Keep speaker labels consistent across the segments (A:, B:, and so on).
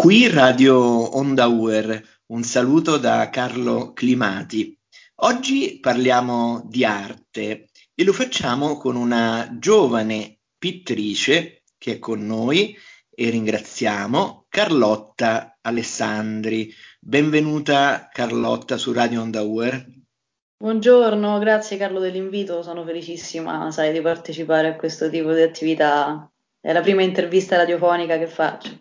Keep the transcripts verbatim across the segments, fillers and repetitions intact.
A: Qui Radio Onda Uer, un saluto da Carlo Climati. Oggi parliamo di arte e lo facciamo con una giovane pittrice che è con noi e ringraziamo, Carlotta Alessandri. Benvenuta Carlotta su Radio Onda Uer.
B: Buongiorno, grazie Carlo dell'invito, sono felicissima, sai, di partecipare a questo tipo di attività. È la prima intervista radiofonica che faccio,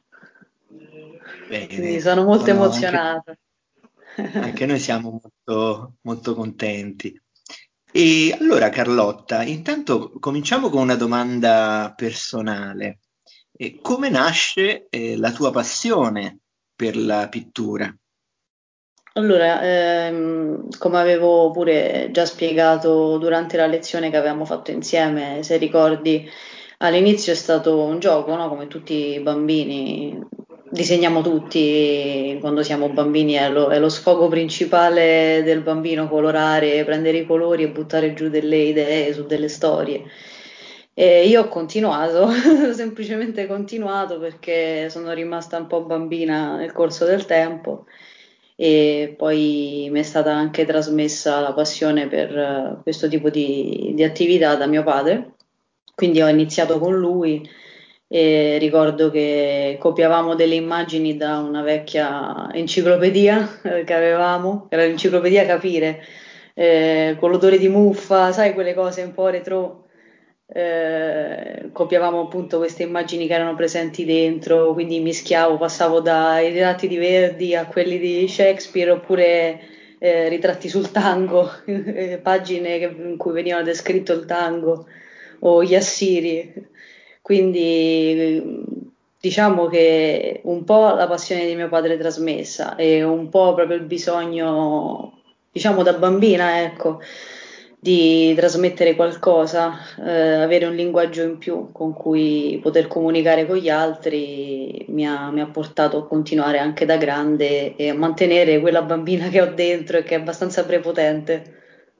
B: quindi
A: Bene,
B: sono molto
A: sono anche,
B: emozionata.
A: anche noi siamo molto, molto contenti. E allora Carlotta, intanto cominciamo con una domanda personale. E come nasce eh, la tua passione per la pittura?
B: Allora, ehm, come avevo pure già spiegato durante la lezione che avevamo fatto insieme, se ricordi, all'inizio è stato un gioco, no? Come tutti i bambini, disegniamo tutti quando siamo bambini, è lo, è lo sfogo principale del bambino colorare, prendere i colori e buttare giù delle idee su delle storie. E io ho continuato, ho semplicemente continuato perché sono rimasta un po' bambina nel corso del tempo e poi mi è stata anche trasmessa la passione per eh, questo tipo di, di attività da mio padre, quindi ho iniziato con lui e ricordo che copiavamo delle immagini da una vecchia enciclopedia eh, che avevamo, che era l'enciclopedia Capire, eh, con l'odore di muffa, sai, quelle cose un po' retro. Eh, copiavamo appunto queste immagini che erano presenti dentro, quindi mischiavo, passavo dai ritratti di Verdi a quelli di Shakespeare oppure eh, ritratti sul tango, eh, pagine che- in cui veniva descritto il tango o gli assiri. Quindi diciamo che un po' la passione di mio padre trasmessa e un po' proprio il bisogno, diciamo da bambina, ecco, di trasmettere qualcosa, eh, avere un linguaggio in più con cui poter comunicare con gli altri mi ha, mi ha portato a continuare anche da grande e a mantenere quella bambina che ho dentro e che è abbastanza prepotente.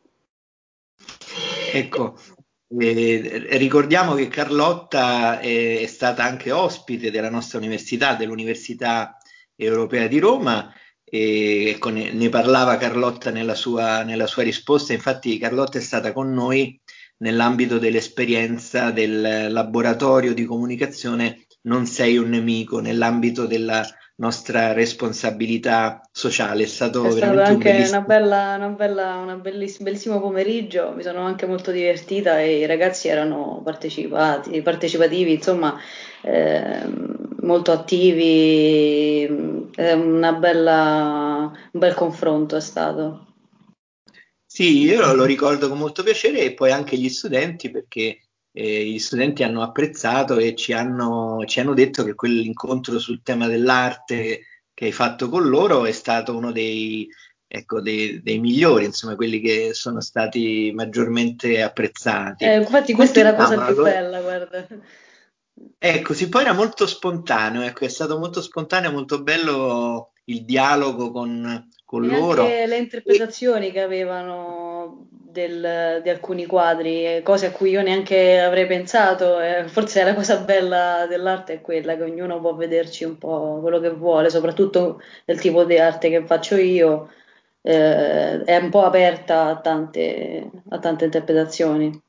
A: Ecco, eh, ricordiamo che Carlotta è, è stata anche ospite della nostra università, dell'Università Europea di Roma, e ecco, ne, ne parlava Carlotta nella sua, nella sua risposta. Infatti, Carlotta è stata con noi nell'ambito dell'esperienza del laboratorio di comunicazione Non sei un nemico, nell'ambito della nostra responsabilità sociale. È
B: È
A: stato
B: stato
A: veramente un
B: anche una
A: bellissimo.
B: bella, una bella, una belliss- bellissimo pomeriggio, mi sono anche molto divertita e i ragazzi erano partecipati, partecipativi, insomma, ehm, molto attivi, è una bella, un bel confronto è stato.
A: Sì, io lo ricordo con molto piacere e poi anche gli studenti perché eh, gli studenti hanno apprezzato e ci hanno, ci hanno detto che quell'incontro sul tema dell'arte che hai fatto con loro è stato uno dei, ecco, dei, dei migliori, insomma, quelli che sono stati maggiormente
B: Eh,
A: apprezzati.
B: infatti questa è la cosa
A: Continuiamo
B: più
A: allora.
B: bella, guarda.
A: Ecco, sì, poi era molto spontaneo, ecco, è stato molto spontaneo, molto bello il dialogo con, con
B: E
A: loro.
B: anche le
A: E,
B: interpretazioni che avevano del- di alcuni quadri, eh, cose a cui io neanche avrei pensato. Eh, forse la cosa bella dell'arte è quella che ognuno può vederci un po' quello che vuole, soprattutto del tipo di arte che faccio io, eh, è un po' aperta a tante, a tante interpretazioni.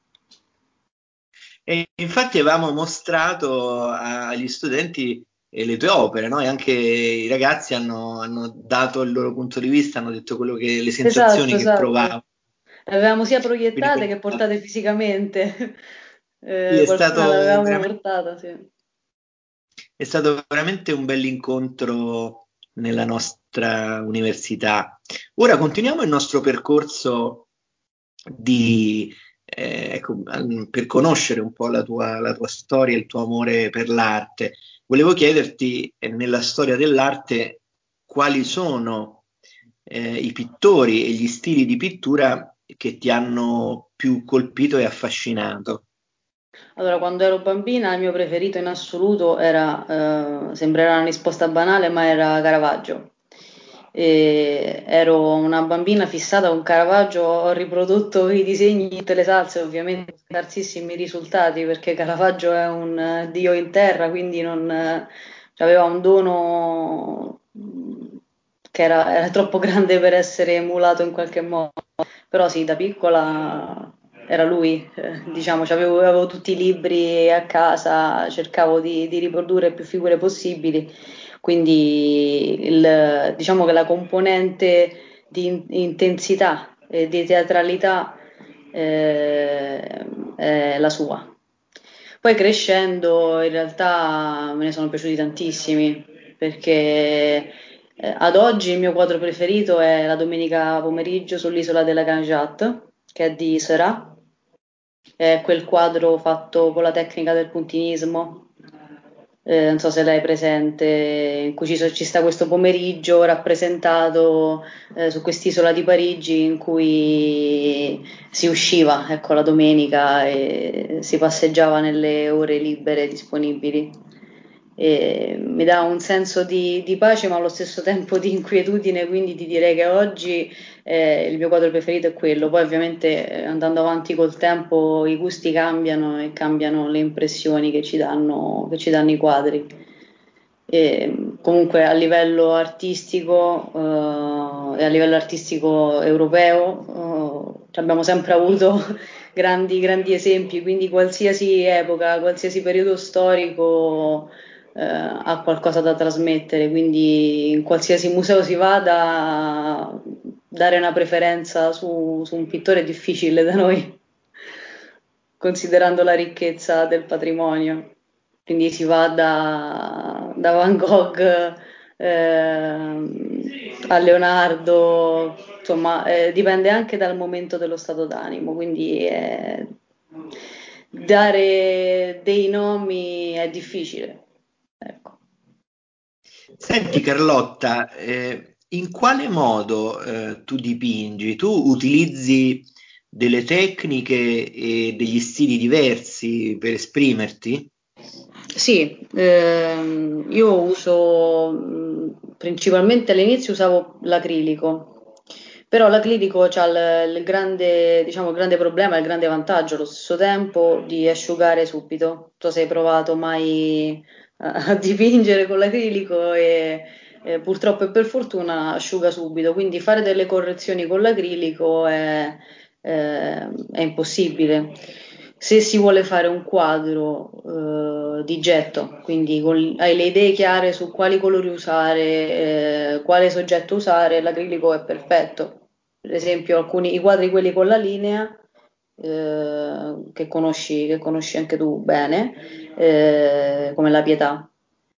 A: E infatti avevamo mostrato a- agli studenti eh, le tue opere, no? E anche i ragazzi hanno, hanno dato il loro punto di vista, hanno detto quello che, le
B: Esatto,
A: sensazioni che
B: esatto.
A: provavano.
B: Le avevamo sia
A: Quindi
B: proiettate
A: quello
B: che portate fisicamente.
A: sì,
B: Eh,
A: è
B: qualcuna
A: stato
B: l'avevamo
A: veramente,
B: portata, sì.
A: è stato veramente un bell'incontro nella nostra università. Ora continuiamo il nostro percorso di, eh, ecco, al- per conoscere un po' la tua, la tua storia, il tuo amore per l'arte. Volevo chiederti, eh, nella storia dell'arte, quali sono, eh, i pittori e gli stili di pittura che ti hanno più colpito e affascinato.
B: Allora, quando ero bambina il mio preferito in assoluto era, eh, sembrerà una risposta banale, ma era Caravaggio. E ero una bambina fissata con Caravaggio, ho riprodotto i disegni in tutte le salse, ovviamente con scarsissimi risultati perché Caravaggio è un eh, dio in terra, quindi non, eh, aveva un dono che era, era troppo grande per essere emulato in qualche modo, però sì, da piccola era lui, eh, diciamo, avevo, avevo tutti i libri a casa, cercavo di, di riprodurre più figure possibili, quindi il- diciamo che la componente di in- intensità e di teatralità eh, è la sua. Poi crescendo in realtà me ne sono piaciuti tantissimi, perché eh, ad oggi il mio quadro preferito è La domenica pomeriggio sull'isola della Canjat, che è di Seurat, è quel quadro fatto con la tecnica del puntinismo, eh, non so se l'hai presente, in cui ci, so- ci sta questo pomeriggio rappresentato eh, su quest'isola di Parigi in cui si usciva, ecco, la domenica e si passeggiava nelle ore libere disponibili. E mi dà un senso di, di pace ma allo stesso tempo di inquietudine, quindi ti direi che oggi eh, il mio quadro preferito è quello. Poi ovviamente eh, andando avanti col tempo i gusti cambiano e cambiano le impressioni che ci danno, che ci danno i quadri. E, comunque a livello artistico eh, e a livello artistico europeo eh, abbiamo sempre avuto grandi, grandi esempi, quindi qualsiasi epoca, qualsiasi periodo storico eh, ha qualcosa da trasmettere, quindi in qualsiasi museo si vada, dare una preferenza su, su un pittore è difficile da noi, considerando la ricchezza del patrimonio. Quindi si va da, da Van Gogh ehm, a Leonardo, insomma, eh, dipende anche dal momento dello stato d'animo, quindi eh, dare dei nomi è difficile. Ecco.
A: Senti Carlotta, eh, in quale modo eh, tu dipingi? Tu utilizzi delle tecniche e degli stili diversi per esprimerti?
B: Sì, ehm, io uso mh, principalmente all'inizio usavo l'acrilico, però l'acrilico ha il, il grande, diciamo, il grande problema e il grande vantaggio allo stesso tempo di asciugare subito. Tu sei provato mai a, a dipingere con l'acrilico e eh, purtroppo e per fortuna asciuga subito, quindi fare delle correzioni con l'acrilico è, eh, è impossibile. Se si vuole fare un quadro eh, di getto, quindi con- hai le idee chiare su quali colori usare, eh, quale soggetto usare, l'acrilico è perfetto. Per esempio, alcuni i quadri quelli con la linea, eh, che conosci, che conosci anche tu bene, eh, come la Pietà.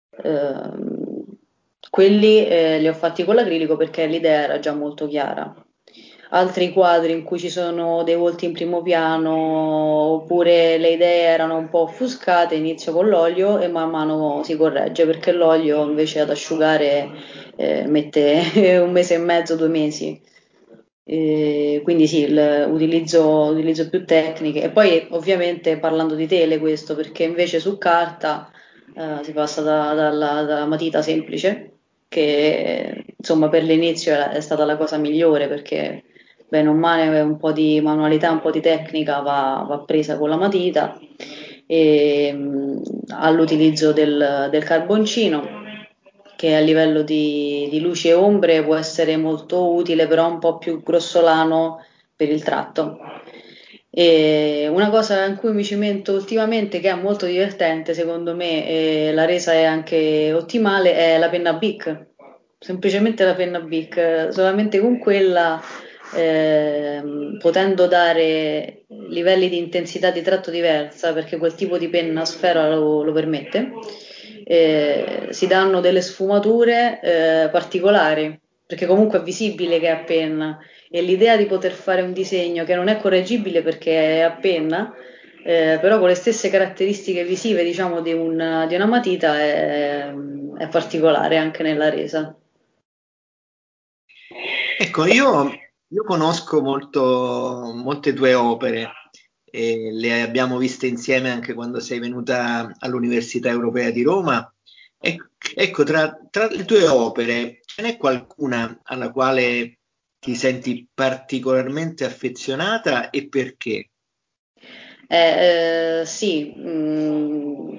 B: Ehm, quelli eh, li ho fatti con l'acrilico perché l'idea era già molto chiara. Altri quadri in cui ci sono dei volti in primo piano oppure le idee erano un po' offuscate, inizio con l'olio e man mano si corregge perché l'olio invece ad asciugare eh, mette un mese e mezzo, due mesi. E quindi sì, il- utilizzo, utilizzo più tecniche e poi ovviamente parlando di tele questo perché invece su carta eh, si passa da- dalla, dalla matita semplice che insomma per l'inizio è, è stata la cosa migliore perché bene o male un po' di manualità, un po' di tecnica va, va presa con la matita e mh, all'utilizzo del, del carboncino che a livello di, di luci e ombre può essere molto utile, però un po' più grossolano per il tratto. E una cosa in cui mi cimento ultimamente, che è molto divertente, secondo me, e la resa è anche ottimale, è la penna Bic. Semplicemente la penna Bic, solamente con quella, ehm, potendo dare livelli di intensità di tratto diversa, perché quel tipo di penna a sfera lo, lo permette, eh, si danno delle sfumature eh, particolari, perché comunque è visibile che è a penna e l'idea di poter fare un disegno che non è correggibile perché è a penna, eh, però con le stesse caratteristiche visive, diciamo, di, un- di una matita è, è particolare anche nella resa.
A: Ecco, io, io conosco molto, molte tue opere e le abbiamo viste insieme anche quando sei venuta all'Università Europea di Roma. Ec- Ecco, tra, tra le tue opere, ce n'è qualcuna alla quale ti senti particolarmente affezionata e perché?
B: Eh, eh, sì, mh,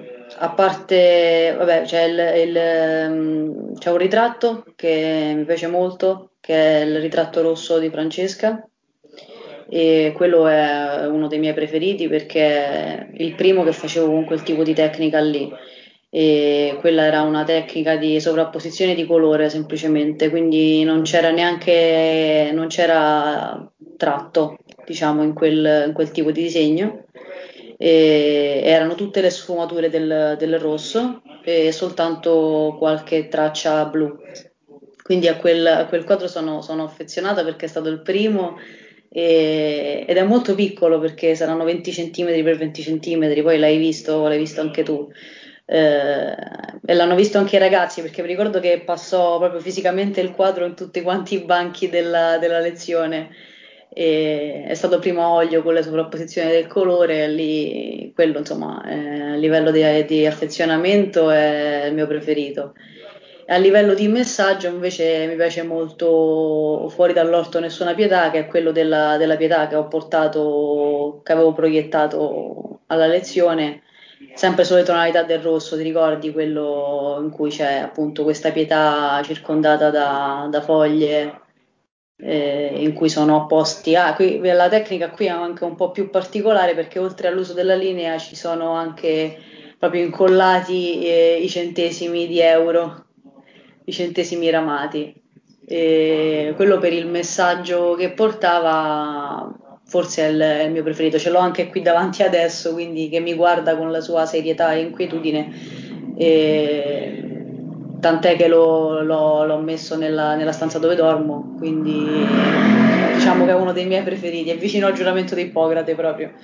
B: a parte, vabbè, c'è il- il, ehm, c'è un ritratto che mi piace molto, che è il ritratto rosso di Francesca, e quello è uno dei miei preferiti perché è il primo che facevo con quel tipo di tecnica lì. E quella era una tecnica di sovrapposizione di colore semplicemente, quindi non c'era neanche, non c'era tratto, diciamo, in quel, in quel tipo di disegno. E erano tutte le sfumature del, del rosso e soltanto qualche traccia blu. Quindi a quel, a quel quadro sono, sono affezionata perché è stato il primo e- ed è molto piccolo perché saranno venti centimetri per venti centimetri, poi l'hai visto, l'hai visto anche tu. Eh, e l'hanno visto anche i ragazzi perché mi ricordo che passò proprio fisicamente il quadro in tutti quanti i banchi della, della lezione. E è stato prima a olio con le sovrapposizioni del colore, lì quello insomma eh, a livello di, di affezionamento è il mio preferito. A livello di messaggio invece mi piace molto Fuori dall'orto nessuna pietà, che è quello della, della pietà che ho portato, che avevo proiettato alla lezione, sempre sulle tonalità del rosso, ti ricordi quello in cui c'è appunto questa pietà circondata da, da foglie eh, in cui sono posti. Ah, qui, la tecnica qui è anche un po' più particolare perché oltre all'uso della linea ci sono anche proprio incollati eh, i centesimi di euro, i centesimi ramati. E quello per il messaggio che portava forse è il, è il mio preferito, ce l'ho anche qui davanti adesso, quindi che mi guarda con la sua serietà e inquietudine. E tant'è che l'ho, l'ho- l'ho messo nella, nella stanza dove dormo, quindi diciamo che è uno dei miei preferiti, è vicino al giuramento di Ippocrate proprio.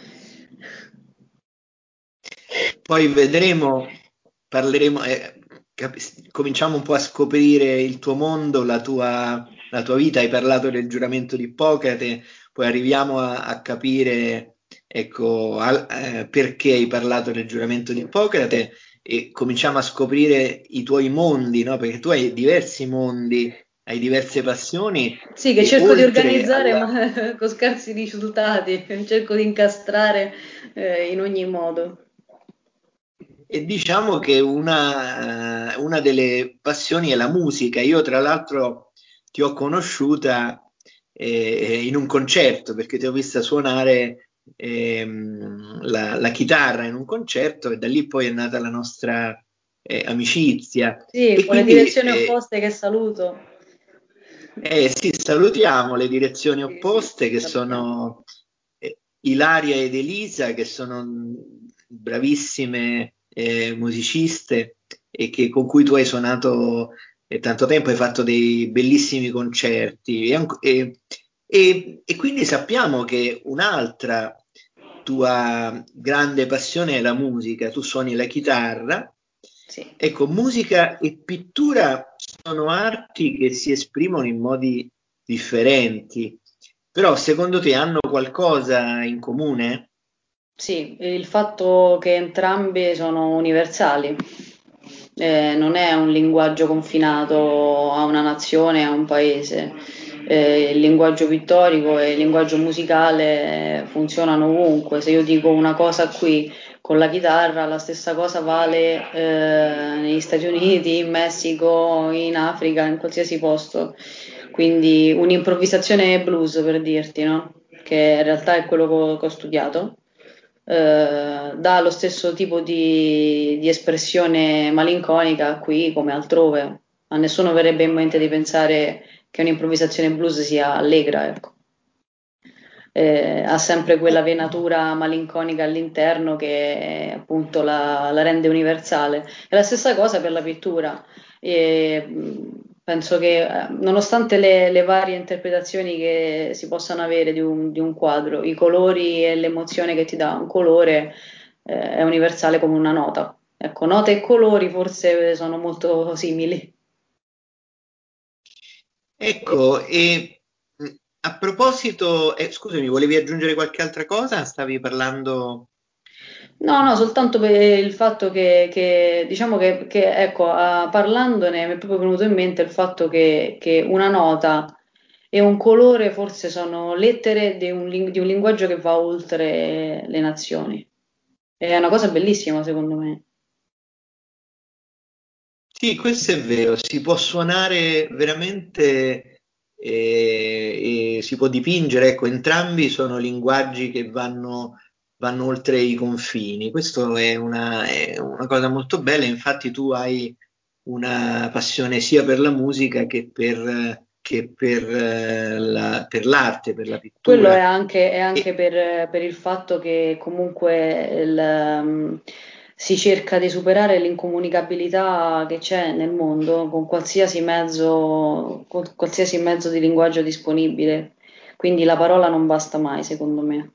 A: Poi vedremo, parleremo, eh, cap- cominciamo un po' a scoprire il tuo mondo, la tua, la tua vita. Hai parlato del giuramento di Ippocrate, poi arriviamo a, a capire, ecco, al- eh, perché hai parlato del giuramento di Ippocrate e cominciamo a scoprire i tuoi mondi, no? Perché tu hai diversi mondi, hai diverse passioni
B: Sì, che
A: e
B: cerco di
A: oltre
B: organizzare
A: alla
B: ma con scarsi risultati, cerco di incastrare eh, in ogni modo.
A: E diciamo che una, eh, una delle passioni è la musica. Io, tra l'altro, ti ho conosciuta eh, in un concerto perché ti ho vista suonare ehm, la, la chitarra in un concerto e da lì poi è nata la nostra eh, amicizia.
B: Sì,
A: E
B: con le
A: quindi
B: direzioni
A: eh,
B: opposte che saluto.
A: eh, sì, salutiamo le direzioni
B: Sì, sì,
A: opposte che
B: salutiamo.
A: sono eh, Ilaria ed Elisa, che sono mh, bravissime eh, musiciste e che- con cui tu hai suonato eh, tanto tempo, hai fatto dei bellissimi concerti. E, anc- e- e- e quindi sappiamo che un'altra tua grande passione è la musica, tu suoni la chitarra.
B: Sì.
A: Ecco, musica e pittura sono arti che si esprimono in modi differenti, però secondo te hanno qualcosa in comune?
B: Sì, il fatto che entrambe sono universali, eh, non è un linguaggio confinato a una nazione, a un paese. Eh, il linguaggio pittorico e il linguaggio musicale funzionano ovunque. Se io dico una cosa qui con la chitarra, la stessa cosa vale eh, negli Stati Uniti, in Messico, in Africa, in qualsiasi posto. Quindi un'improvvisazione blues per dirti, no? Che in realtà è quello che ho, che ho studiato, eh, dà lo stesso tipo di, di espressione malinconica qui come altrove. A nessuno verrebbe in mente di pensare che un'improvvisazione blues sia allegra, ecco. Eh, ha sempre quella venatura malinconica all'interno che appunto la, la rende universale. È la stessa cosa per la pittura. E, mh, penso che eh, nonostante le, le varie interpretazioni che si possano avere di un, di un quadro, i colori e l'emozione che ti dà un colore eh, è universale come una nota. Ecco, note e colori forse sono molto simili.
A: Ecco, e mh, a proposito, eh, scusami, volevi aggiungere qualche altra cosa? Stavi parlando...
B: No, no, soltanto per il fatto che, che, diciamo che, che, ecco, ah, parlandone mi è proprio venuto in mente il fatto che, che una nota e un colore forse sono lettere di un, ling- di un linguaggio che va oltre le nazioni. È una cosa bellissima, secondo me.
A: Sì, questo è vero, si può suonare veramente eh, e si può dipingere, ecco, entrambi sono linguaggi che vanno, vanno oltre i confini. Questo è una, è una cosa molto bella, infatti tu hai una passione sia per la musica che per, che per, eh, la- per l'arte, per la
B: Quello è
A: pittura.
B: anche, è anche
A: E,
B: per, per il fatto che comunque il, ehm, si cerca di superare l'incomunicabilità che c'è nel mondo con qualsiasi mezzo, con qualsiasi mezzo di linguaggio disponibile. Quindi la parola non basta mai, secondo me.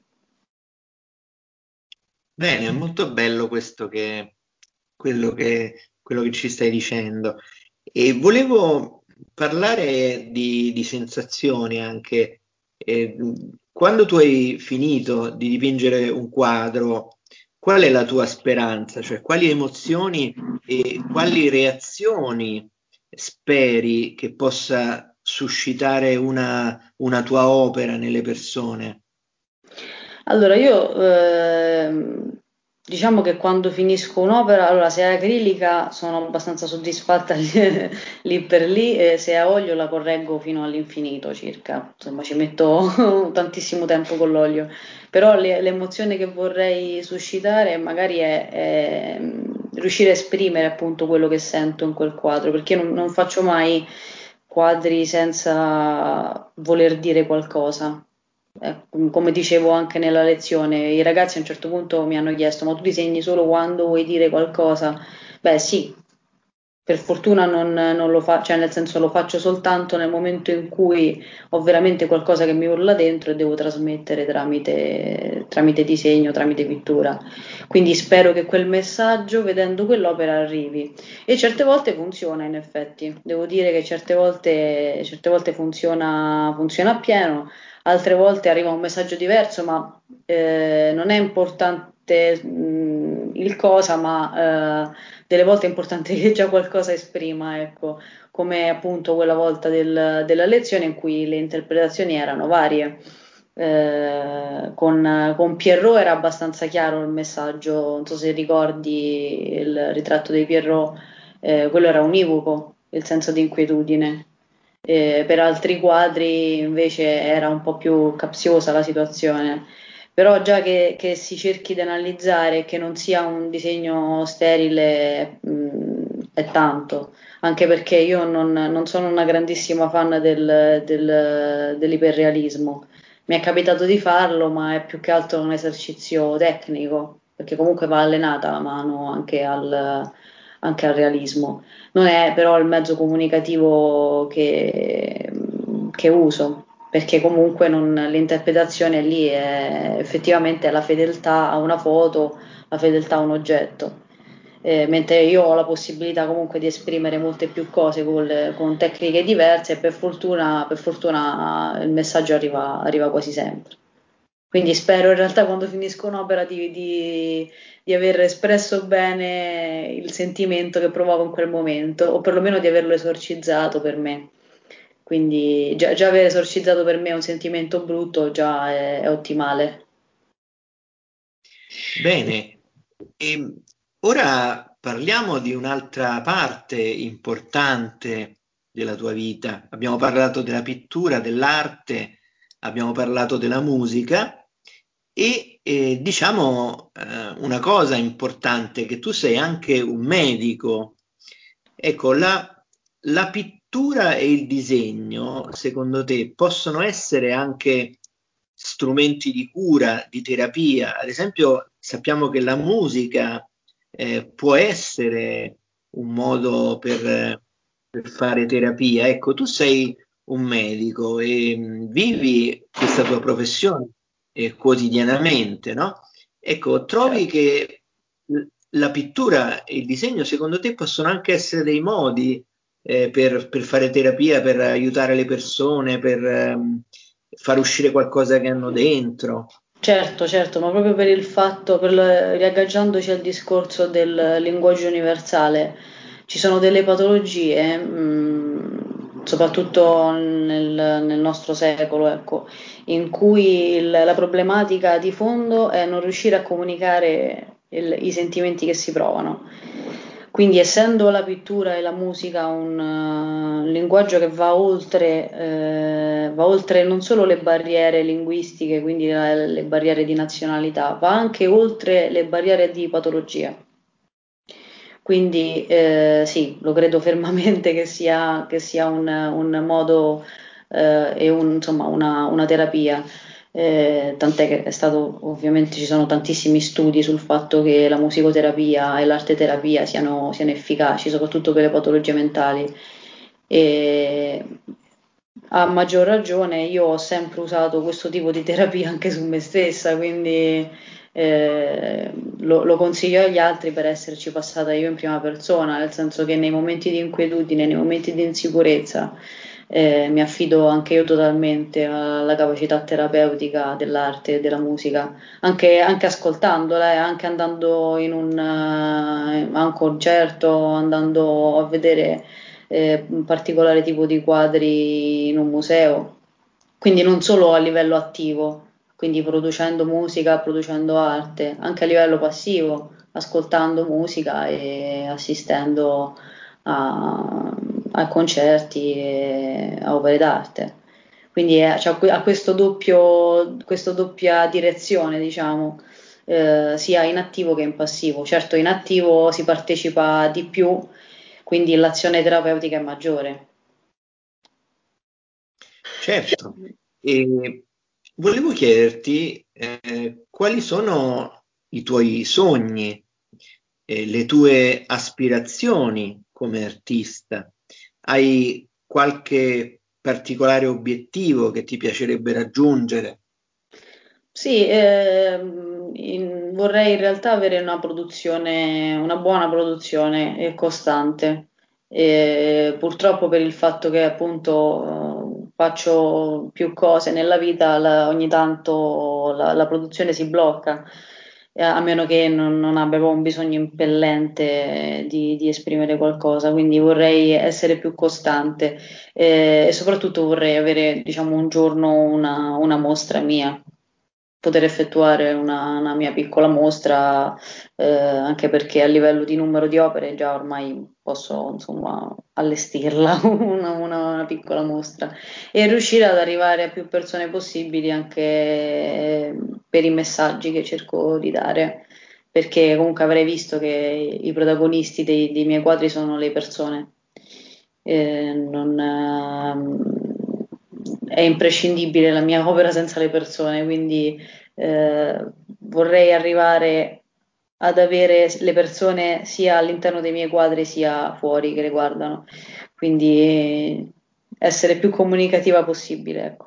A: bene, è molto bello questo che, quello che, quello che ci stai dicendo. E volevo parlare di, di sensazioni anche. Eh, quando tu hai finito di dipingere un quadro, qual è la tua speranza? Cioè, quali emozioni e quali reazioni speri che possa suscitare una, una tua opera nelle persone?
B: Allora, io ehm, diciamo che quando finisco un'opera, allora se è acrilica sono abbastanza soddisfatta lì, lì per lì, e se è a olio la correggo fino all'infinito circa, insomma ci metto tantissimo tempo con l'olio, però le- l'emozione che vorrei suscitare magari è, è, mm, riuscire a esprimere appunto quello che sento in quel quadro, perché io non non faccio mai quadri senza voler dire qualcosa. Eh, com- come dicevo anche nella lezione, i ragazzi a un certo punto mi hanno chiesto: Ma tu disegni solo quando vuoi dire qualcosa? Beh, sì, per fortuna non, non lo faccio, cioè nel senso lo faccio soltanto nel momento in cui ho veramente qualcosa che mi urla dentro e devo trasmettere tramite, tramite disegno, tramite pittura. Quindi spero che quel messaggio, vedendo quell'opera, arrivi. E certe volte funziona, in effetti. Devo dire che certe volte, certe volte funziona, funziona appieno, altre volte arriva un messaggio diverso, ma eh, non è importante mh, il cosa, ma eh, delle volte è importante che già qualcosa esprima, ecco, come appunto quella volta del- della lezione in cui le interpretazioni erano varie. Eh, con, con Pierrot era abbastanza chiaro il messaggio, non so se ricordi il ritratto di Pierrot, eh, quello era univoco, il senso di inquietudine. Eh, per altri quadri invece era un po' più capziosa la situazione. Però già che, che si cerchi di analizzare e che non sia un disegno sterile, mh, è tanto, anche perché io non, non sono una grandissima fan del, del- dell'iperrealismo. Mi è capitato di farlo, ma è più che altro un esercizio tecnico, perché comunque va allenata la mano anche al, anche al realismo. Non è però il mezzo comunicativo che, che uso, perché comunque non- l'interpretazione lì è effettivamente la fedeltà a una foto, la fedeltà a un oggetto. Eh, mentre io ho la possibilità comunque di esprimere molte più cose con, le- con tecniche diverse e per fortuna, per fortuna il messaggio arriva, arriva quasi sempre. Quindi spero in realtà quando finisco un'opera di, di- di aver espresso bene il sentimento che provavo in quel momento, o perlomeno di averlo esorcizzato per me. Quindi già, già aver esorcizzato per me un sentimento brutto già è, è ottimale.
A: Bene, e ora parliamo di un'altra parte importante della tua vita. Abbiamo parlato della pittura, dell'arte, abbiamo parlato della musica e eh, diciamo eh, una cosa importante, che tu sei anche un medico. Ecco, la, la pittura e il disegno, secondo te, possono essere anche strumenti di cura, di terapia? Ad esempio, sappiamo che la musica eh, può essere un modo per, per fare terapia. Ecco, tu sei un medico e mh, vivi questa tua professione eh, quotidianamente, no? Ecco, trovi
B: Certo.
A: che l- la pittura e il disegno, secondo te, possono anche essere dei modi eh, per, per fare terapia, per aiutare le persone, per ehm, far uscire qualcosa che hanno dentro?
B: Certo, certo, ma proprio per il fatto, per l- riagganciandoci al discorso del linguaggio universale, ci sono delle patologie, mh, soprattutto nel, nel nostro secolo, ecco, in cui il- la problematica di fondo è non riuscire a comunicare il- i sentimenti che si provano. Quindi, essendo la pittura e la musica un eh, linguaggio che va oltre, eh, va oltre non solo le barriere linguistiche, quindi la- le barriere di nazionalità, va anche oltre le barriere di patologia. Quindi eh, sì, lo credo fermamente che sia, che sia un, un modo eh, e un- insomma, una, una terapia. Eh, tant'è che è stato, ovviamente ci sono tantissimi studi sul fatto che la musicoterapia e l'arte terapia siano, siano efficaci, soprattutto per le patologie mentali. E a maggior ragione io ho sempre usato questo tipo di terapia anche su me stessa, quindi eh, lo, lo consiglio agli altri per esserci passata io in prima persona, nel senso che nei momenti di inquietudine, nei momenti di insicurezza, eh, mi affido anche io totalmente alla capacità terapeutica dell'arte e della musica, anche, anche ascoltandola, eh, anche andando in un, eh, a un concerto, andando a vedere eh, un particolare tipo di quadri in un museo, quindi non solo a livello attivo, quindi producendo musica, producendo arte, anche a livello passivo, ascoltando musica e assistendo a, a concerti e a opere d'arte. Quindi è- c'ha que- ha questo doppio, questa doppia direzione, diciamo, eh, sia in attivo che in passivo. Certo, in attivo si partecipa di più, quindi l'azione terapeutica è maggiore.
A: Certo. E volevo chiederti eh, quali sono i tuoi sogni, eh, le tue aspirazioni come artista. Hai qualche particolare obiettivo che ti piacerebbe raggiungere?
B: Sì, ehm, in- vorrei in realtà avere una produzione, una buona produzione e costante. E purtroppo per il fatto che appunto eh, faccio più cose nella vita, la- ogni tanto la, la produzione si blocca, eh, a meno che non, non abbia proprio un bisogno impellente di, di esprimere qualcosa. Quindi vorrei essere più costante eh, e soprattutto vorrei avere, diciamo, un giorno una una mostra mia, poter effettuare una, una mia piccola mostra, eh, anche perché a livello di numero di opere già ormai posso, insomma, allestirla, una, una- una piccola mostra, e riuscire ad arrivare a più persone possibili anche eh, per i messaggi che cerco di dare, perché comunque avrei visto che i protagonisti dei, dei miei quadri sono le persone. Eh, non, ehm, è imprescindibile la mia opera senza le persone, quindi eh, vorrei arrivare ad avere le persone sia all'interno dei miei quadri sia fuori che le guardano, quindi eh, essere più comunicativa possibile, ecco.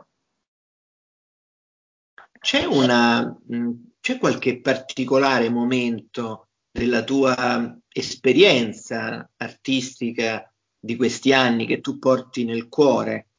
A: C'è una, mh, c'è qualche particolare momento della tua esperienza artistica di questi anni che tu porti nel cuore?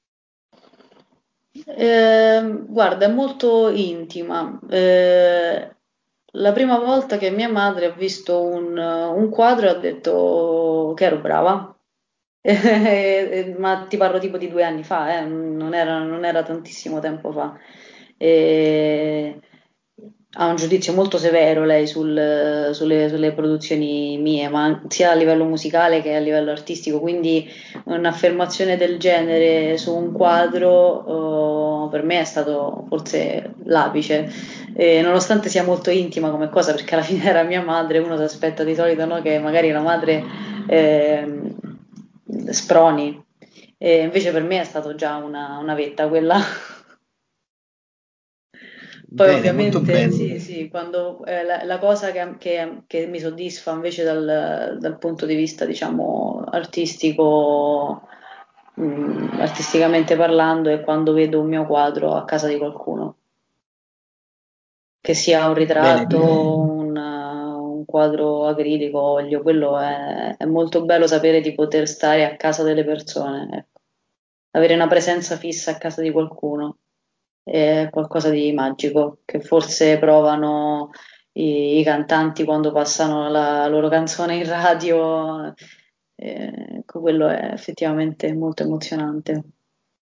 B: Ehm, guarda, è molto intima. Eh, la prima volta che mia madre ha visto un, un quadro ha detto che ero brava. Eh, ma ti parlo tipo di due anni fa, eh, non era, non era tantissimo tempo fa. E ha un giudizio molto severo lei sul- sulle, sulle produzioni mie, ma sia a livello musicale che a livello artistico, quindi un'affermazione del genere su un quadro, eh, per me è stato forse l'apice. E nonostante sia molto intima come cosa, perché alla fine era mia madre, uno si aspetta di solito, no, che magari la madre ehm, sproni, e invece per me è stato già una, una vetta quella. Poi
A: Bene, molto
B: ovviamente
A: bello.
B: sì, sì, quando eh, la, la cosa che, che- che mi soddisfa invece dal, dal punto di vista, diciamo, artistico, mh, artisticamente parlando, è quando vedo un mio quadro a casa di qualcuno, che sia un
A: Bene,
B: ritratto, un, un quadro acrilico, olio, quello è, è molto bello sapere di poter stare a casa delle persone, ecco. Avere una presenza fissa a casa di qualcuno è qualcosa di magico che forse provano i, i cantanti quando passano la loro canzone in radio. Eh, ecco, quello è effettivamente molto emozionante.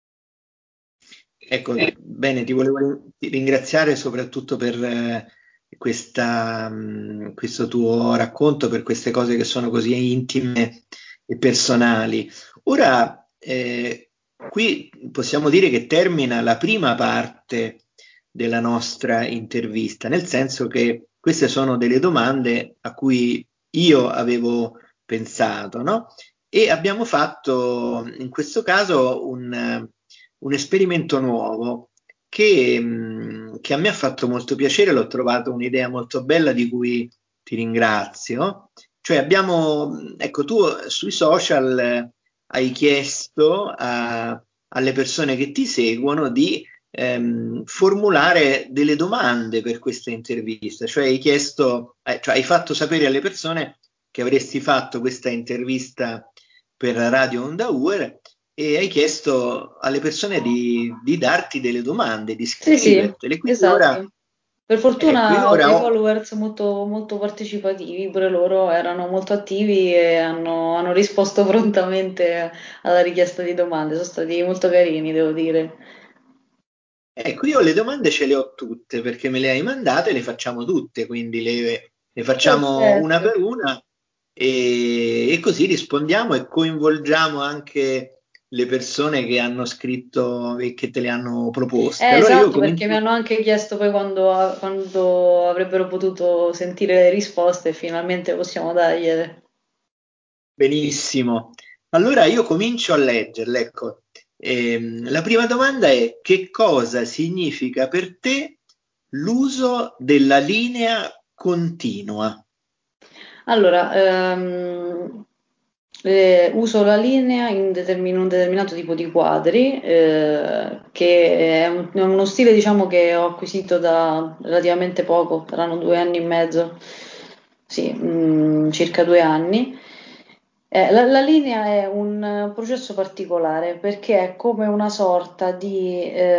A: ecco, bene, ti volevo rin- ringraziare soprattutto per eh, questa, mh, questo tuo racconto, per queste cose che sono così intime e personali. Ora, eh, qui possiamo dire che termina la prima parte della nostra intervista, nel senso che queste sono delle domande a cui io avevo pensato, no? E abbiamo fatto in questo caso un, un esperimento nuovo che, mh, che a me ha fatto molto piacere, l'ho trovato un'idea molto bella di cui ti ringrazio. Cioè abbiamo, ecco, tu sui social eh, hai chiesto a- alle persone che ti seguono di ehm, formulare delle domande per questa intervista, cioè hai chiesto, eh, cioè hai fatto sapere alle persone che avresti fatto questa intervista per Radio Onda Uer e hai chiesto alle persone di, di darti delle domande, di
B: Sì, sì,
A: scrivertele. Quindi ora,
B: esatto. Per
A: ecco, io
B: fortuna ho
A: ora
B: dei
A: ho,
B: followers molto, molto partecipativi, pure loro erano molto attivi e hanno, hanno risposto prontamente alla richiesta di domande, sono stati molto carini, devo dire.
A: ecco, io le domande ce le ho tutte perché me le hai mandate, le facciamo tutte, quindi le, le facciamo una
B: Perfetto.
A: per una e, e così rispondiamo e coinvolgiamo anche le persone che hanno scritto e che te le hanno proposte.
B: Eh,
A: Allora io
B: esatto, perché mi
A: comincio
B: hanno anche chiesto poi quando, quando avrebbero potuto sentire le risposte e finalmente possiamo dargliele.
A: benissimo. Allora io comincio a leggerle. Ecco. Ehm, la prima domanda è: che cosa significa per te l'uso della linea continua?
B: Allora, ehm, eh, uso la linea in, determin- un determinato tipo di quadri, eh, che è, un- è uno stile, diciamo, che ho acquisito da relativamente poco, saranno due anni e mezzo, sì, mm, circa due anni. Eh, la, la linea è un processo particolare perché è come una sorta di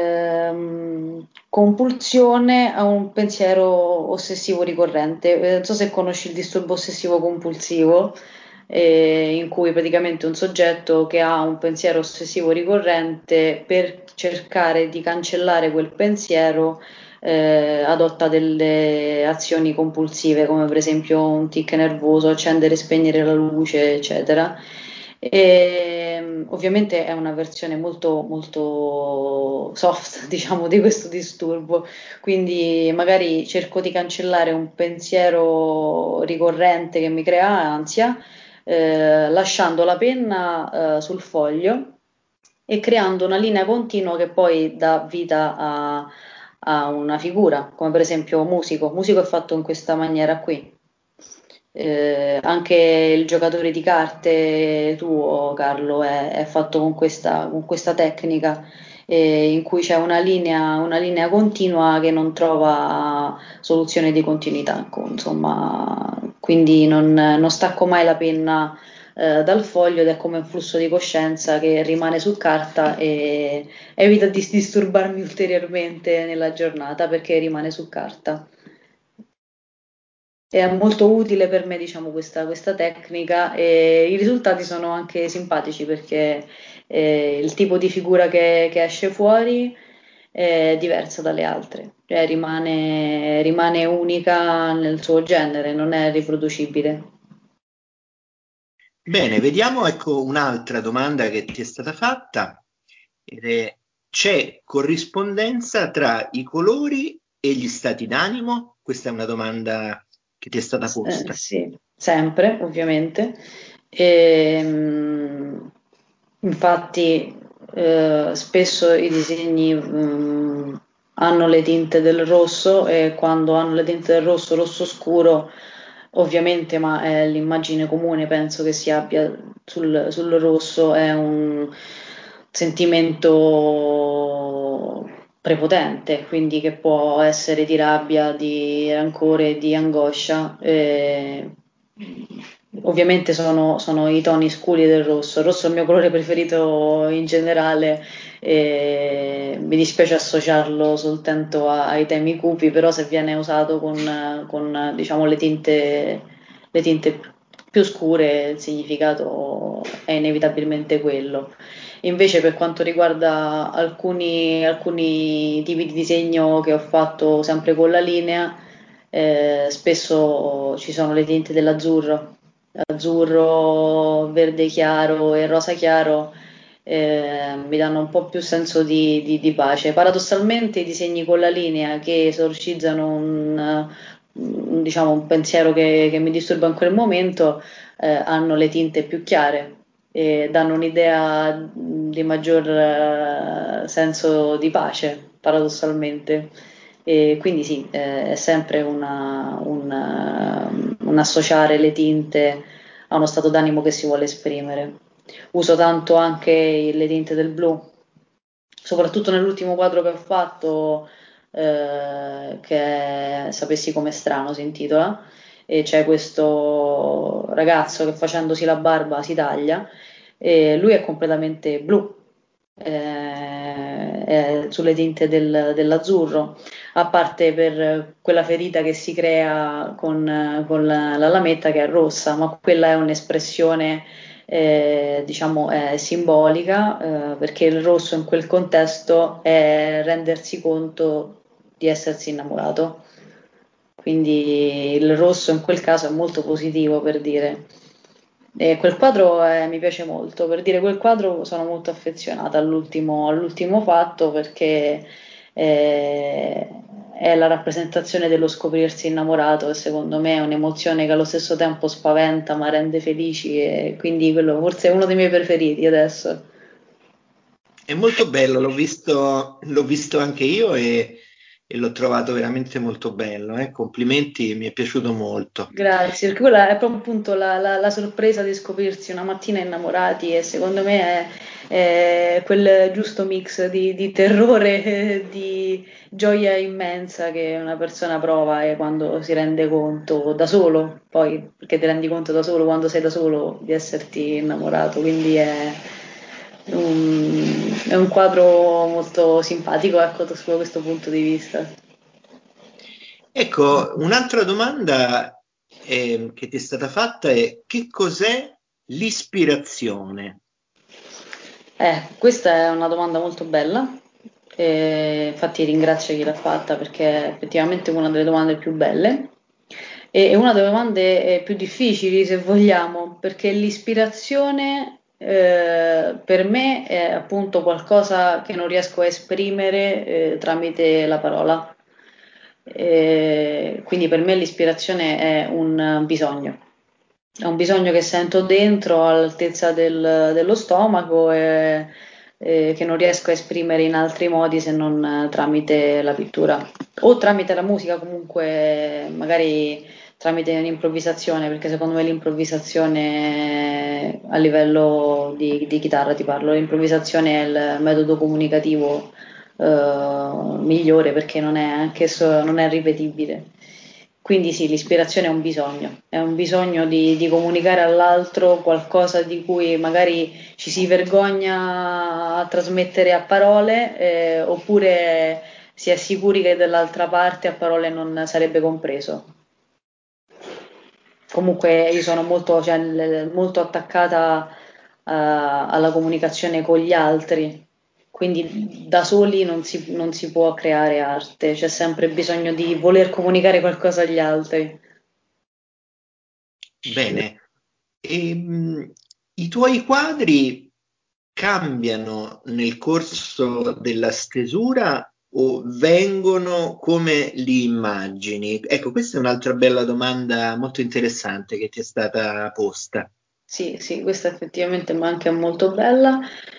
B: ehm, compulsione a un pensiero ossessivo ricorrente. Eh, non so se conosci il disturbo ossessivo compulsivo, eh, in cui praticamente un soggetto che ha un pensiero ossessivo ricorrente per cercare di cancellare quel pensiero eh, adotta delle azioni compulsive, come per esempio un tic nervoso, accendere e spegnere la luce, eccetera. E, ovviamente è una versione molto, molto soft, diciamo, di questo disturbo, quindi magari cerco di cancellare un pensiero ricorrente che mi crea ansia, eh, lasciando la penna, eh, sul foglio e creando una linea continua che poi dà vita a, a una figura, come per esempio musico. Musico è fatto in questa maniera qui. Eh, anche il giocatore di carte tuo, Carlo, è, è fatto con questa, con questa tecnica eh, in cui c'è una linea, una linea continua che non trova soluzione di continuità, ecco, insomma, quindi non, non stacco mai la penna eh, dal foglio ed è come un flusso di coscienza che rimane su carta e evita di disturbarmi ulteriormente nella giornata perché rimane su carta. È molto utile per me, diciamo, questa, questa tecnica e i risultati sono anche simpatici perché eh, il tipo di figura che, che esce fuori è diversa dalle altre, cioè rimane, rimane unica nel suo genere, non è riproducibile.
A: Bene, vediamo ecco un'altra domanda che ti è stata fatta ed è: c'è corrispondenza tra i colori e gli stati d'animo? Questa è una domanda che ti è stata
B: S- eh,
A: posta.
B: sì, sempre, ovviamente. Ehm, infatti, eh, spesso i disegni, mm, hanno le tinte del rosso e quando hanno le tinte del rosso, rosso scuro, ovviamente, ma è l'immagine comune, penso che si abbia sul, sul rosso, è un sentimento prepotente, quindi che può essere di rabbia, di rancore, di angoscia. eh, Ovviamente sono, sono i toni scuri del rosso. Il rosso è il mio colore preferito in generale e mi dispiace associarlo soltanto a- ai temi cupi, però se viene usato con, con, diciamo, le tinte, le tinte più scure, il significato è inevitabilmente quello. Invece per quanto riguarda alcuni, alcuni tipi di disegno che ho fatto sempre con la linea, eh, spesso ci sono le tinte dell'azzurro, azzurro, verde chiaro e rosa chiaro, eh, mi danno un po' più senso di, di- di pace. Paradossalmente i disegni con la linea che esorcizzano un, un- diciamo, un pensiero che, che mi disturba in quel momento, eh, hanno le tinte più chiare e danno un'idea di maggior eh, senso di pace, paradossalmente. E quindi sì, eh, è sempre una- un, eh, un associare le tinte a uno stato d'animo che si vuole esprimere. Uso tanto anche le tinte del blu, soprattutto nell'ultimo quadro che ho fatto, eh, che è Sapessi com'è strano si intitola, e c'è questo ragazzo che facendosi la barba si taglia e lui è completamente blu, eh, è sulle tinte del- dell'azzurro, a parte per quella ferita che si crea con, con la, la lametta che è rossa, ma quella è un'espressione, eh, diciamo, è simbolica, eh, perché il rosso in quel contesto è rendersi conto di essersi innamorato. Quindi il rosso in quel caso è molto positivo per dire. E quel quadro eh, mi piace molto, per dire quel quadro sono molto affezionata all'ultimo, all'ultimo fatto perché eh, è la rappresentazione dello scoprirsi innamorato e secondo me è un'emozione che allo stesso tempo spaventa ma rende felici e quindi quello forse è uno dei miei preferiti adesso.
A: È molto bello, l'ho visto, l'ho visto anche io e, e l'ho trovato veramente molto bello. Eh. Complimenti, mi è piaciuto molto.
B: Grazie, perché quella è proprio appunto la, la- la sorpresa di scoprirsi una mattina innamorati e secondo me è, è quel giusto mix di, di terrore e di gioia immensa che una persona prova e quando si rende conto da solo, poi perché ti rendi conto da solo quando sei da solo di esserti innamorato, quindi è un, è un quadro molto simpatico, ecco, da su questo punto di vista.
A: Ecco, un'altra domanda ehm, che ti è stata fatta è che cos'è l'ispirazione?
B: Eh, questa è una domanda molto bella, e infatti ringrazio chi l'ha fatta perché è effettivamente una delle domande più belle e è una delle domande eh, più difficili se vogliamo, perché l'ispirazione eh, per me è appunto qualcosa che non riesco a esprimere eh, tramite la parola. Eh, quindi per me l'ispirazione è un bisogno. È un bisogno che sento dentro all'altezza del- dello stomaco e, e che non riesco a esprimere in altri modi se non eh, tramite la pittura o tramite la musica, comunque magari tramite un'improvvisazione, perché secondo me l'improvvisazione a livello di, di chitarra ti parlo, l'improvvisazione è il metodo comunicativo eh, migliore perché non è anch'esso non è ripetibile. Quindi sì, l'ispirazione è un bisogno, è un bisogno di, di comunicare all'altro qualcosa di cui magari ci si vergogna a trasmettere a parole, eh, oppure si è sicuri che dall'altra parte a parole non sarebbe compreso. Comunque io sono molto, cioè, l- molto attaccata eh, alla comunicazione con gli altri, quindi da soli non si, non si può creare arte, c'è sempre bisogno di voler comunicare qualcosa agli altri.
A: Bene, ehm, i tuoi quadri cambiano nel corso della stesura o vengono come li immagini? Ecco, questa è un'altra bella domanda molto interessante che ti è stata posta.
B: Sì, sì, questa effettivamente ma anche è molto bella.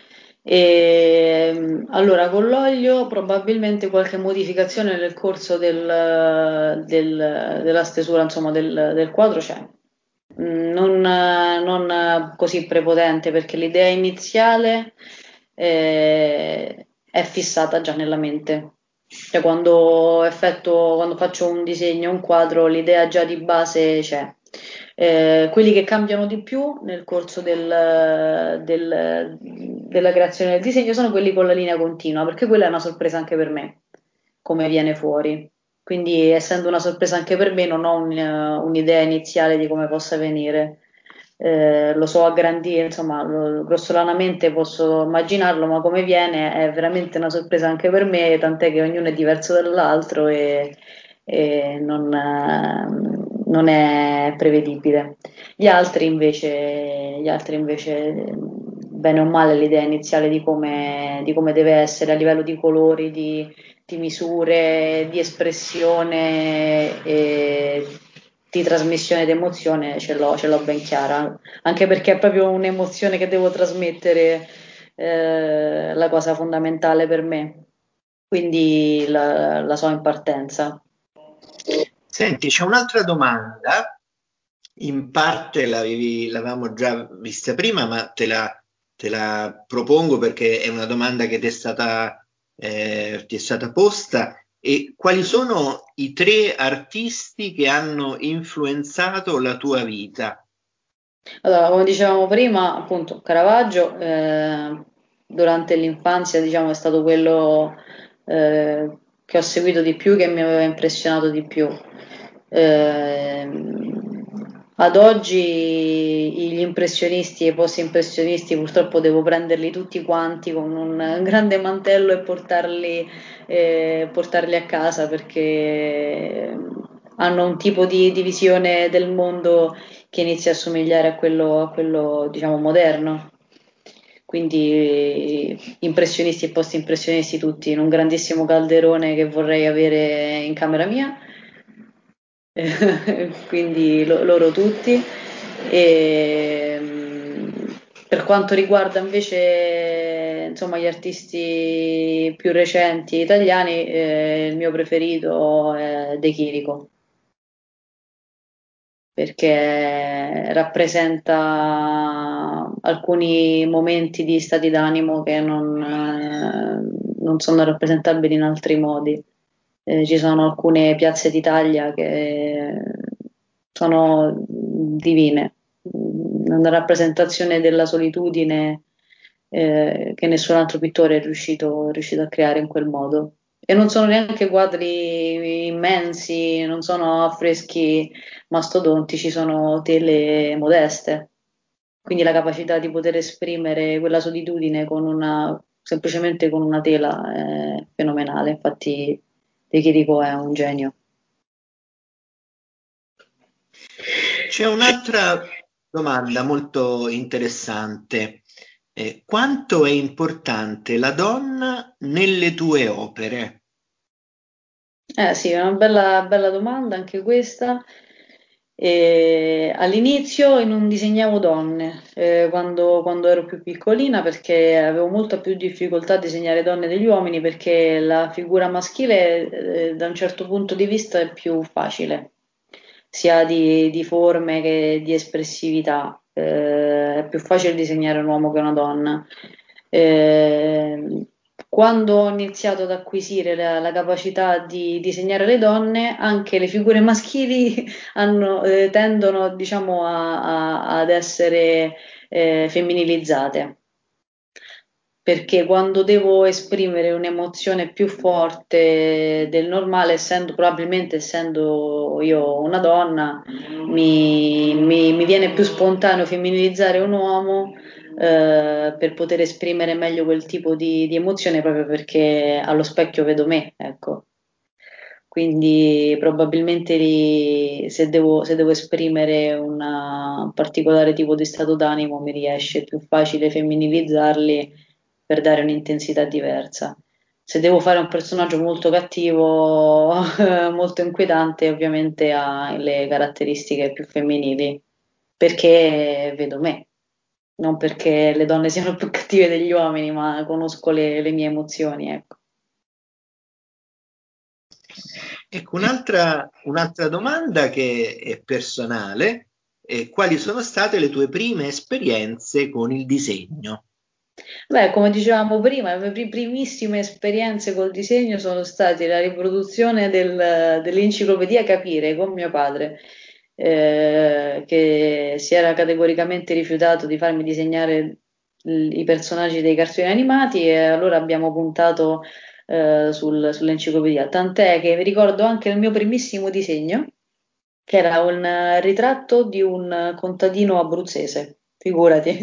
B: E, allora, con l'olio probabilmente qualche modificazione nel corso del- del- della stesura, insomma, del, del quadro c'è. Mm, Non, non così prepotente perché l'idea iniziale eh, è fissata già nella mente. Cioè, quando effettuo, quando faccio un disegno, un quadro, l'idea già di base c'è. Eh, quelli che cambiano di più nel corso del- del- della creazione del disegno sono quelli con la linea continua, perché quella è una sorpresa anche per me, come viene fuori. Quindi, essendo una sorpresa anche per me, non ho un- un'idea iniziale di come possa venire. Eh, lo so a grandi, insomma, lo- grossolanamente posso immaginarlo, ma come viene è veramente una sorpresa anche per me, tant'è che ognuno è diverso dall'altro e, e non, eh, non è prevedibile. Gli altri invece, gli altri invece, bene o male, l'idea iniziale di come, di come deve essere a livello di colori, di, di misure, di espressione e di trasmissione d'emozione ce l'ho, ce l'ho ben chiara, anche perché è proprio un'emozione che devo trasmettere, eh, la cosa fondamentale per me, quindi la, la so in partenza.
A: Senti, c'è un'altra domanda, in parte l'avevi- l'avevamo già vista prima, ma te la, te la propongo perché è una domanda che ti è stata, eh, ti è stata posta. E quali sono i tre artisti che hanno influenzato la tua vita?
B: Allora, come dicevamo prima, appunto, Caravaggio, eh, durante l'infanzia, diciamo, è stato quello, eh, che ho seguito di più, che mi aveva impressionato di più. Ehm, Ad oggi gli impressionisti e i post-impressionisti purtroppo devo prenderli tutti quanti con un grande mantello e portarli, eh, portarli a casa perché hanno un tipo di, di visione del mondo che inizia a somigliare a quello, a quello diciamo moderno. Quindi impressionisti e post-impressionisti tutti in un grandissimo calderone che vorrei avere in camera mia, quindi lo- loro tutti. E, mh, per quanto riguarda invece insomma, gli artisti più recenti italiani, eh, il mio preferito è De Chirico perché rappresenta alcuni momenti di stati d'animo che non, eh, non sono rappresentabili in altri modi. Eh, ci sono alcune piazze d'Italia che sono divine, una rappresentazione della solitudine, eh, che nessun altro pittore è riuscito, è riuscito a creare in quel modo. E non sono neanche quadri immensi, non sono affreschi mastodontici, sono tele modeste. Quindi la capacità di poter esprimere quella solitudine con una, semplicemente con una tela è fenomenale. Infatti, De Chirico è un genio.
A: C'è un'altra domanda molto interessante. Eh, quanto è importante la donna nelle tue opere?
B: Eh sì, è una bella, bella domanda anche questa. E all'inizio non disegnavo donne, eh, quando, quando ero più piccolina, perché avevo molta più difficoltà a disegnare donne degli uomini, perché la figura maschile, eh, da un certo punto di vista è più facile, sia di, di forme che di espressività. Eh, è più facile disegnare un uomo che una donna. Eh, Quando ho iniziato ad acquisire la, la capacità di disegnare le donne, anche le figure maschili hanno, eh, tendono, diciamo, a- a- ad essere, eh, femminilizzate. Perché quando devo esprimere un'emozione più forte del normale, essendo probabilmente essendo io una donna, mi, mi- mi viene più spontaneo femminilizzare un uomo, eh, per poter esprimere meglio quel tipo di, di emozione, proprio perché allo specchio vedo me, ecco. Quindi probabilmente lì, se devo, se devo esprimere una- un particolare tipo di stato d'animo, mi riesce più facile femminilizzarli per dare un'intensità diversa. Se devo fare un personaggio molto cattivo, molto inquietante, ovviamente ha le caratteristiche più femminili, perché vedo me, non perché le donne siano più cattive degli uomini, ma conosco le, le mie emozioni, ecco.
A: Ecco, un'altra un'altra domanda che è personale, è quali sono state le tue prime esperienze con il disegno?
B: Beh, come dicevamo prima, le mie pri- primissime esperienze col disegno sono state la riproduzione del- dell'enciclopedia Capire con mio padre, eh, che si era categoricamente rifiutato di farmi disegnare l- i personaggi dei cartoni animati e allora abbiamo puntato, eh, sul- sull'enciclopedia. Tant'è che mi ricordo anche il mio primissimo disegno, che era un eh, ritratto di un contadino abruzzese, figurati.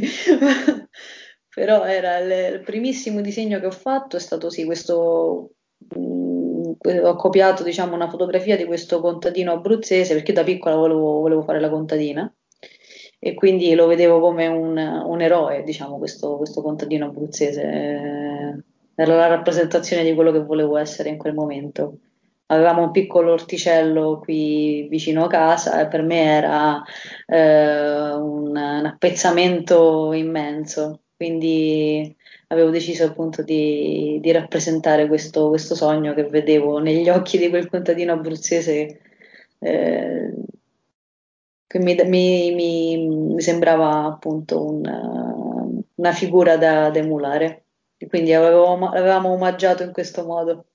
B: Però era il, il primissimo disegno che ho fatto, è stato sì, questo, mh, ho copiato, diciamo, una fotografia di questo contadino abruzzese, perché da piccola volevo, volevo fare la contadina e quindi lo vedevo come un, un eroe, diciamo, questo, questo contadino abruzzese. Eh, era la rappresentazione di quello che volevo essere in quel momento. Avevamo un piccolo orticello qui vicino a casa e per me era eh, un, un appezzamento immenso, quindi avevo deciso appunto di, di rappresentare questo, questo sogno che vedevo negli occhi di quel contadino abruzzese, eh, che mi, mi- mi- mi sembrava appunto un- una figura da, da emulare. E quindi avevo- avevamo omaggiato in questo modo.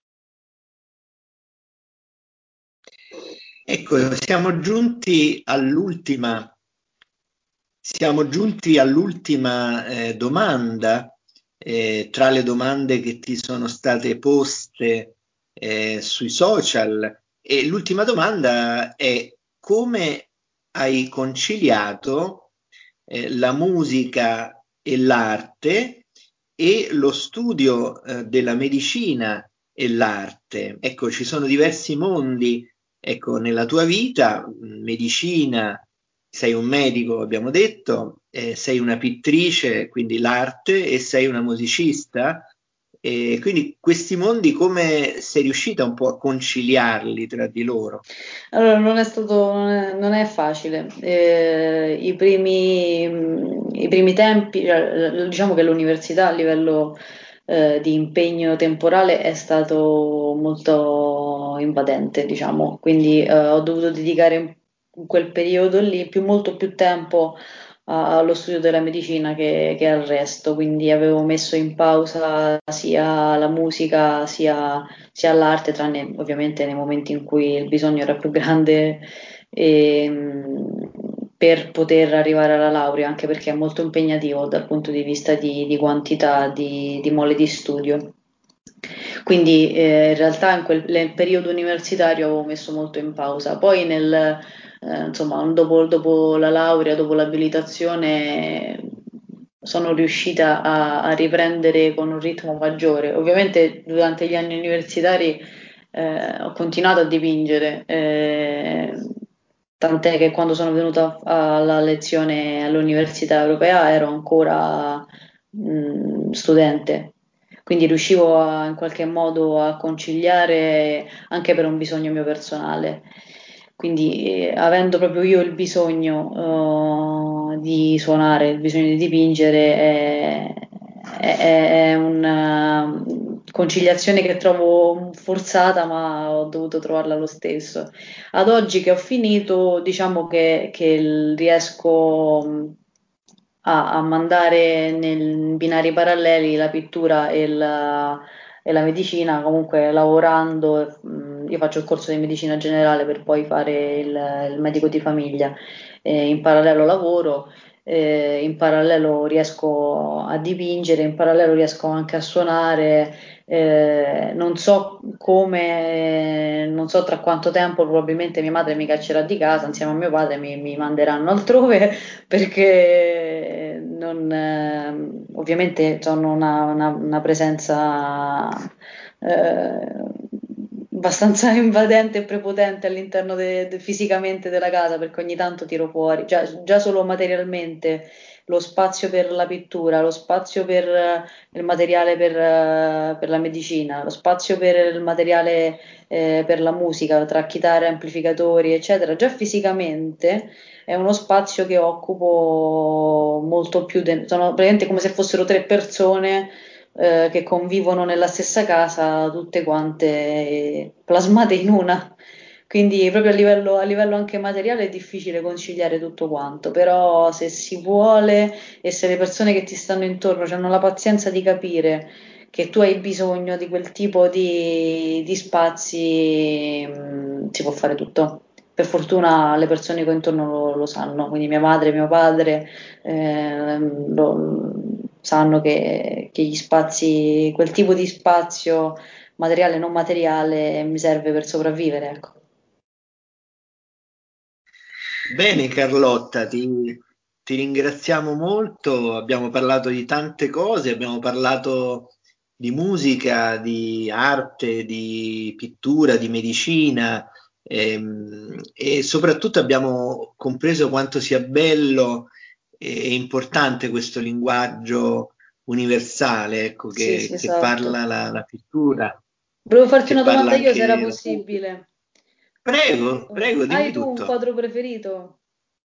A: Ecco, siamo giunti all'ultima, siamo giunti all'ultima eh, domanda, eh, tra le domande che ti sono state poste eh, sui social. E l'ultima domanda è: come hai conciliato eh, la musica e l'arte e lo studio eh, della medicina e l'arte? Ecco, ci sono diversi mondi, ecco, nella tua vita: mh, medicina, sei un medico, abbiamo detto, eh, sei una pittrice, quindi l'arte, e sei una musicista. E quindi questi mondi come sei riuscita un po' a conciliarli tra di loro?
B: Allora, non è stato, non è, non è facile. Eh, i primi, i primi tempi, eh, diciamo che l'università a livello eh, di impegno temporale è stato molto invadente, diciamo, quindi eh, ho dovuto dedicare in quel periodo lì più, molto più tempo a- allo studio della medicina che, che al resto, quindi avevo messo in pausa sia la musica sia sia all'arte, tranne ovviamente nei momenti in cui il bisogno era più grande ehm, per poter arrivare alla laurea, anche perché è molto impegnativo dal punto di vista di, di quantità, di, di mole di studio. Quindi eh, in realtà in quel, nel periodo universitario avevo messo molto in pausa. Poi nel, eh, insomma, dopo, dopo la laurea, dopo l'abilitazione, sono riuscita a, a riprendere con un ritmo maggiore. Ovviamente durante gli anni universitari eh, ho continuato a dipingere, eh, tant'è che quando sono venuta alla lezione all'Università Europea ero ancora mh, studente, quindi riuscivo a- in qualche modo a conciliare anche per un bisogno mio personale. Quindi, eh, avendo proprio io il bisogno, eh, di suonare, il bisogno di dipingere, è, è- è una conciliazione che trovo forzata, ma ho dovuto trovarla lo stesso. Ad oggi che ho finito, diciamo che, che il- riesco mh, a, a mandare nei binari paralleli la pittura e la, e la medicina, comunque lavorando. mh, Io faccio il corso di medicina generale per poi fare il, il medico di famiglia. Eh, in parallelo lavoro, eh, in parallelo riesco a dipingere, in parallelo riesco anche a suonare. Eh, non so come, non so tra quanto tempo, probabilmente mia madre mi caccerà di casa insieme a mio padre, mi, mi manderanno altrove perché non, eh, ovviamente sono una, una- una presenza eh, abbastanza invadente e prepotente all'interno de- de- fisicamente della casa, perché ogni tanto tiro fuori, già, già solo materialmente, lo spazio per la pittura, lo spazio per eh, il materiale per, eh, per la medicina, lo spazio per il materiale eh, per la musica, tra chitarre, amplificatori, eccetera. Già fisicamente è uno spazio che occupo molto più, de- sono praticamente come se fossero tre persone eh, che convivono nella stessa casa, tutte quante eh, plasmate in una. Quindi proprio a livello, a livello anche materiale è difficile conciliare tutto quanto, però se si vuole e se le persone che ti stanno intorno hanno la pazienza di capire che tu hai bisogno di quel tipo di, di spazi, mh, si può fare tutto. Per fortuna le persone che ho intorno lo, lo sanno, quindi mia madre, mio padre ehm, lo- sanno che, che gli spazi, quel tipo di spazio materiale e non materiale mi serve per sopravvivere, ecco.
A: Bene Carlotta, ti, ti ringraziamo molto, abbiamo parlato di tante cose, abbiamo parlato di musica, di arte, di pittura, di medicina, ehm, e soprattutto abbiamo compreso quanto sia bello e importante questo linguaggio universale, ecco,
B: Sì, sì,
A: che, che
B: esatto.
A: parla la, la pittura,
B: Volevo farti
A: che
B: una
A: parla
B: domanda io, se era
A: anche la musica.
B: possibile.
A: Prego,
B: Oh,
A: prego,
B: hai
A: dimmi
B: tu un
A: tutto.
B: quadro preferito?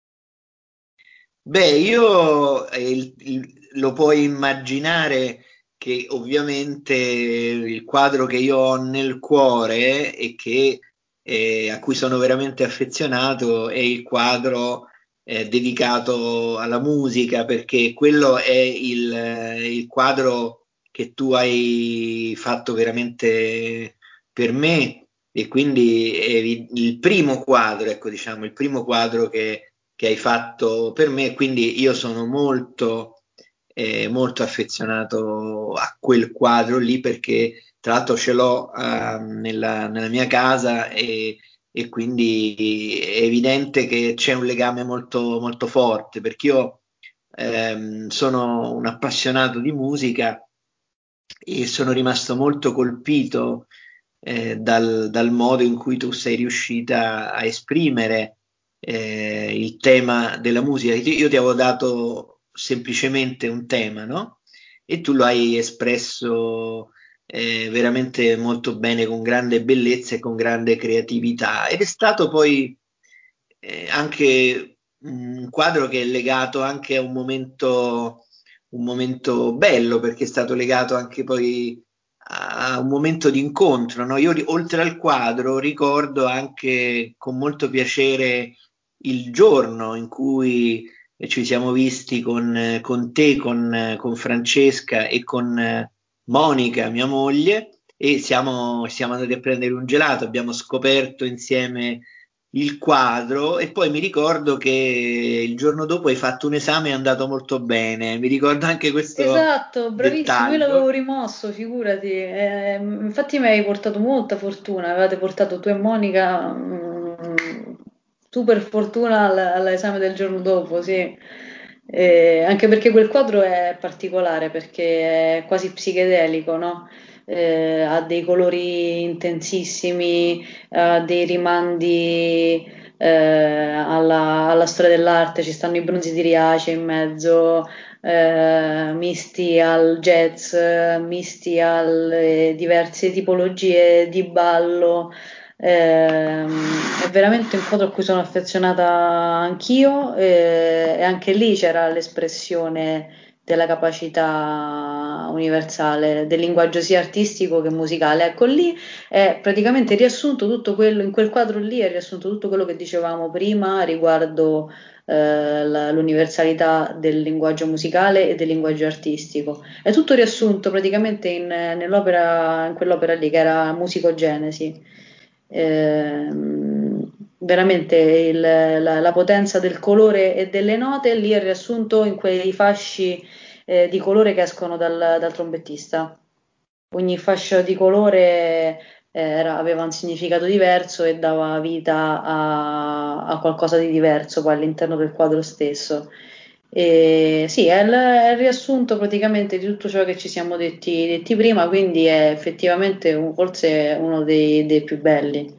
A: Beh, io eh, il- il- lo puoi immaginare che ovviamente il quadro che io ho nel cuore e che, eh, a cui sono veramente affezionato è il quadro eh, dedicato alla musica, perché quello è il, eh, il quadro che tu hai fatto veramente per me e quindi è il il primo quadro, ecco, diciamo, il primo quadro che che hai fatto per me, quindi io sono molto, eh, molto affezionato a quel quadro lì perché tra l'altro ce l'ho eh, nella, nella mia casa e, e quindi è evidente che c'è un legame molto, molto forte perché io ehm, sono un appassionato di musica e sono rimasto molto colpito eh, dal, dal modo in cui tu sei riuscita a esprimere eh, il tema della musica. Io ti avevo dato semplicemente un tema, no? E tu lo hai espresso eh, veramente molto bene, con grande bellezza e con grande creatività. Ed è stato poi eh, anche un quadro che è legato anche a un momento, un momento bello, perché è stato legato anche poi a un momento di incontro, no? Io ri- oltre al quadro ricordo anche con molto piacere il giorno in cui ci siamo visti con, eh, con te, con, eh, con Francesca e con eh, Monica, mia moglie, e siamo, siamo andati a prendere un gelato, abbiamo scoperto insieme il quadro e poi mi ricordo che il giorno dopo hai fatto un esame e è andato molto bene. Mi ricordo anche questo
B: Esatto, bravissimo, io l'avevo
A: dettaglio.
B: rimosso, figurati. Eh, infatti mi hai portato molta fortuna, avevate portato tu e Monica, mm, super fortuna all- all'esame del giorno dopo, sì. Eh, anche perché quel quadro è particolare, perché è quasi psichedelico, no? Eh, ha dei colori intensissimi, ha dei rimandi eh, alla, alla storia dell'arte, ci stanno i bronzi di Riace in mezzo, eh, misti al jazz, misti alle diverse tipologie di ballo. Ehm, è veramente un quadro a cui sono affezionata anch'io, eh, e anche lì c'era l'espressione della capacità universale del linguaggio sia artistico che musicale. Ecco, lì è praticamente riassunto tutto quello, in quel quadro lì è riassunto tutto quello che dicevamo prima riguardo eh, la- l'universalità del linguaggio musicale e del linguaggio artistico. È tutto riassunto praticamente in, nell'opera, in quell'opera lì che era Musicogenesi. Ehm, veramente il- la, la potenza del colore e delle note lì è riassunto in quei fasci eh, di colore che escono dal, dal trombettista. Ogni fascia di colore era- aveva un significato diverso e dava vita a, a qualcosa di diverso poi all'interno del quadro stesso. E sì, è il, è il riassunto praticamente di tutto ciò che ci siamo detti, detti prima, quindi è effettivamente un- forse uno dei, dei più belli.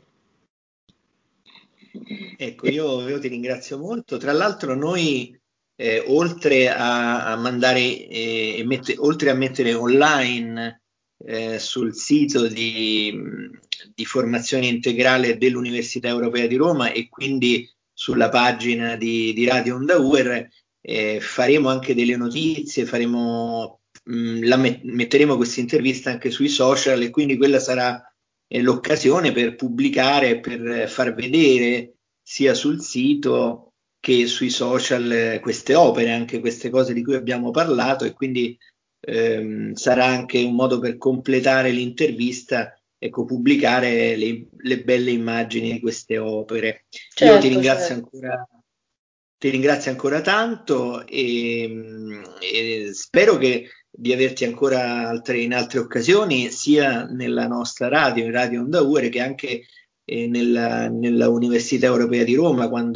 A: Ecco, io, io ti ringrazio molto. Tra l'altro, noi eh, oltre a, a mandare eh, e mette- oltre a mettere online eh, sul sito di, di formazione integrale dell'Università Europea di Roma e quindi sulla pagina di, di Radio Onda Uer, eh, faremo anche delle notizie, faremo, mh, la met- metteremo questa intervista anche sui social e quindi quella sarà eh, l'occasione per pubblicare, per far vedere sia sul sito che sui social eh, queste opere, anche queste cose di cui abbiamo parlato e quindi ehm, sarà anche un modo per completare l'intervista, ecco, pubblicare le, le belle immagini di queste opere. Io ti
B: Certo,
A: ringrazio
B: certo.
A: ancora, ti ringrazio ancora tanto e, e spero che di averti ancora altre, in altre occasioni, sia nella nostra radio, in Radio Onda Ure, che anche eh, nella, nella Università Europea di Roma, quando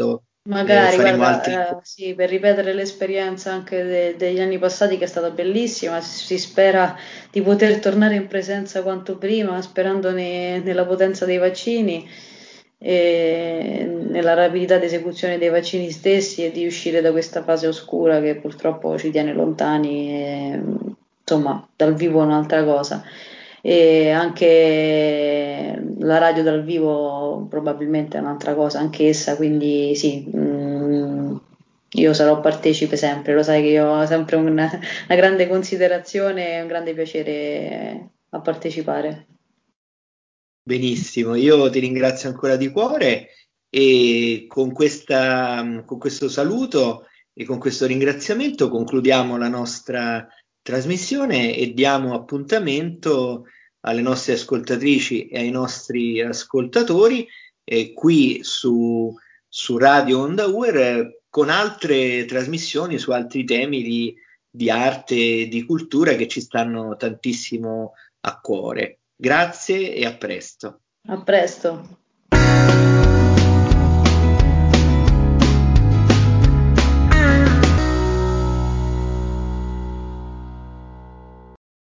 A: e
B: Magari,
A: faremo altri.
B: guarda, eh, sì, per ripetere l'esperienza anche de- degli anni passati che è stata bellissima, si spera di poter tornare in presenza quanto prima, sperando ne- nella potenza dei vaccini e nella rapidità di esecuzione dei vaccini stessi e di uscire da questa fase oscura che purtroppo ci tiene lontani. E, insomma, dal vivo è un'altra cosa. E anche la radio dal vivo probabilmente è un'altra cosa, anch'essa, quindi sì, mm, io sarò partecipe sempre, lo sai che io ho sempre una, una grande considerazione e un grande piacere a partecipare.
A: Benissimo, io ti ringrazio ancora di cuore e con questa, con questo saluto e con questo ringraziamento concludiamo la nostra trasmissione e diamo appuntamento alle nostre ascoltatrici e ai nostri ascoltatori eh, qui su, su Radio Onda U R eh, con altre trasmissioni su altri temi di, di arte e di cultura che ci stanno tantissimo a cuore. Grazie e a presto.
B: A presto.